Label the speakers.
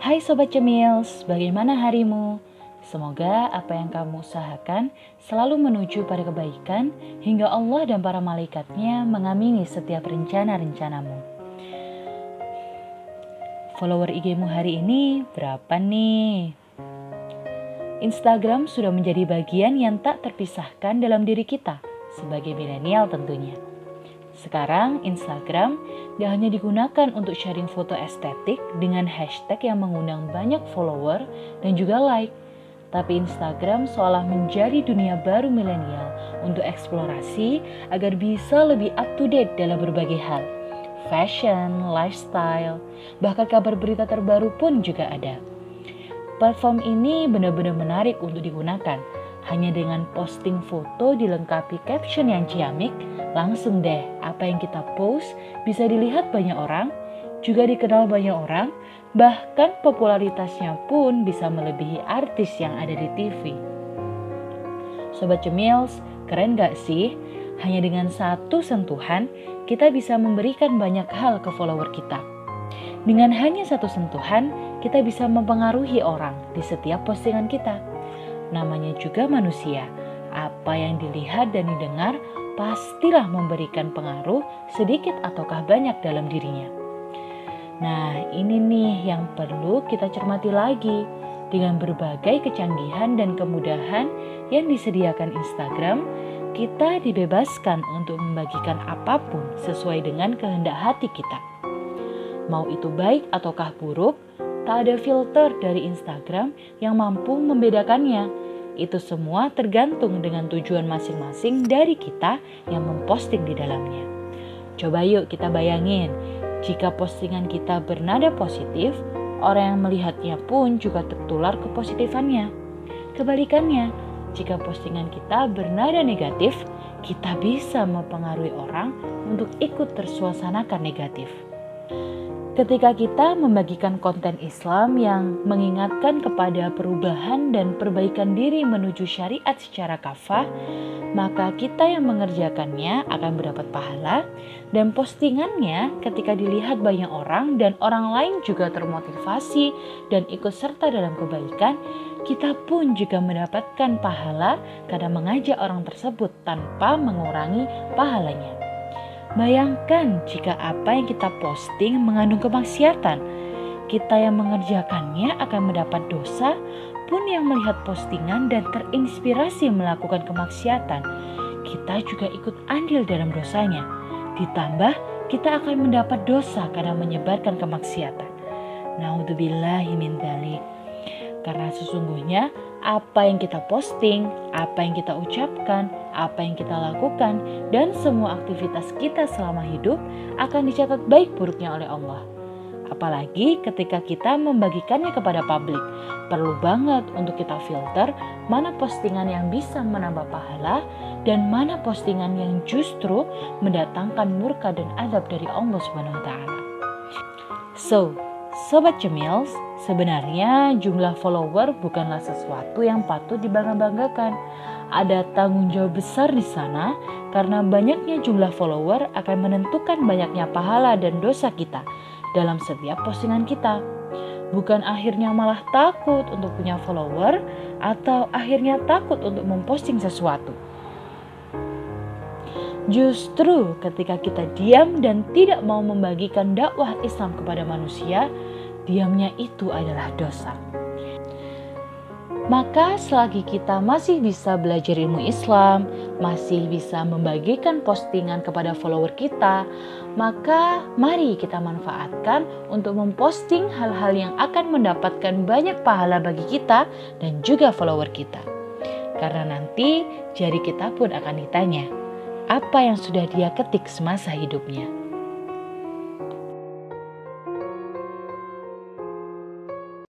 Speaker 1: Hai Sobat Cemils, bagaimana harimu? Semoga apa yang kamu usahakan selalu menuju pada kebaikan hingga Allah dan para malaikatnya mengamini setiap rencana-rencanamu. Follower IG-mu hari ini berapa nih? Instagram sudah menjadi bagian yang tak terpisahkan dalam diri kita sebagai milenial tentunya. Sekarang Instagram tidak hanya digunakan untuk sharing foto estetik dengan hashtag yang mengundang banyak follower dan juga like. Tapi Instagram seolah menjadi dunia baru milenial untuk eksplorasi agar bisa lebih up to date dalam berbagai hal. Fashion, lifestyle, bahkan kabar berita terbaru pun juga ada. Platform ini benar-benar menarik untuk digunakan. Hanya dengan posting foto dilengkapi caption yang ciamik, langsung deh apa yang kita post bisa dilihat banyak orang, juga dikenal banyak orang, bahkan popularitasnya pun bisa melebihi artis yang ada di TV. Sobat Cemils, keren gak sih? Hanya dengan satu sentuhan, kita bisa memberikan banyak hal ke follower kita. Dengan hanya satu sentuhan, kita bisa mempengaruhi orang di setiap postingan kita. Namanya juga manusia, apa yang dilihat dan didengar pastilah memberikan pengaruh sedikit ataukah banyak dalam dirinya. Nah, ini nih yang perlu kita cermati lagi. Dengan berbagai kecanggihan dan kemudahan yang disediakan Instagram, kita dibebaskan untuk membagikan apapun sesuai dengan kehendak hati kita. Mau itu baik ataukah buruk, tak ada filter dari Instagram yang mampu membedakannya. Itu semua tergantung dengan tujuan masing-masing dari kita yang memposting di dalamnya. Coba yuk kita bayangin, jika postingan kita bernada positif, orang yang melihatnya pun juga tertular kepositifannya. Kebalikannya, jika postingan kita bernada negatif, kita bisa mempengaruhi orang untuk ikut tersuasanakan negatif. Ketika kita membagikan konten Islam yang mengingatkan kepada perubahan dan perbaikan diri menuju syariat secara kafah, maka kita yang mengerjakannya akan mendapat pahala, dan postingannya ketika dilihat banyak orang dan orang lain juga termotivasi dan ikut serta dalam kebaikan, kita pun juga mendapatkan pahala karena mengajak orang tersebut tanpa mengurangi pahalanya. Bayangkan jika apa yang kita posting mengandung kemaksiatan, kita yang mengerjakannya akan mendapat dosa, pun yang melihat postingan dan terinspirasi melakukan kemaksiatan, kita juga ikut andil dalam dosanya. Ditambah, kita akan mendapat dosa karena menyebarkan kemaksiatan. Naudzubillahi min dzalik. Karena sesungguhnya apa yang kita posting, apa yang kita ucapkan, apa yang kita lakukan, dan semua aktivitas kita selama hidup akan dicatat baik buruknya oleh Allah. Apalagi ketika kita membagikannya kepada publik, perlu banget untuk kita filter mana postingan yang bisa menambah pahala dan mana postingan yang justru mendatangkan murka dan azab dari Allah Subhanahu wa taala. So, Sobat Cemils, sebenarnya jumlah follower bukanlah sesuatu yang patut dibangga-banggakan. Ada tanggung jawab besar di sana karena banyaknya jumlah follower akan menentukan banyaknya pahala dan dosa kita dalam setiap postingan kita. Bukan akhirnya malah takut untuk punya follower atau akhirnya takut untuk memposting sesuatu. Justru ketika kita diam dan tidak mau membagikan dakwah Islam kepada manusia, diamnya itu adalah dosa. Maka selagi kita masih bisa belajar ilmu Islam, masih bisa membagikan postingan kepada follower kita, maka mari kita manfaatkan untuk memposting hal-hal yang akan mendapatkan banyak pahala bagi kita dan juga follower kita. Karena nanti jari kita pun akan ditanya, apa yang sudah dia ketik semasa hidupnya.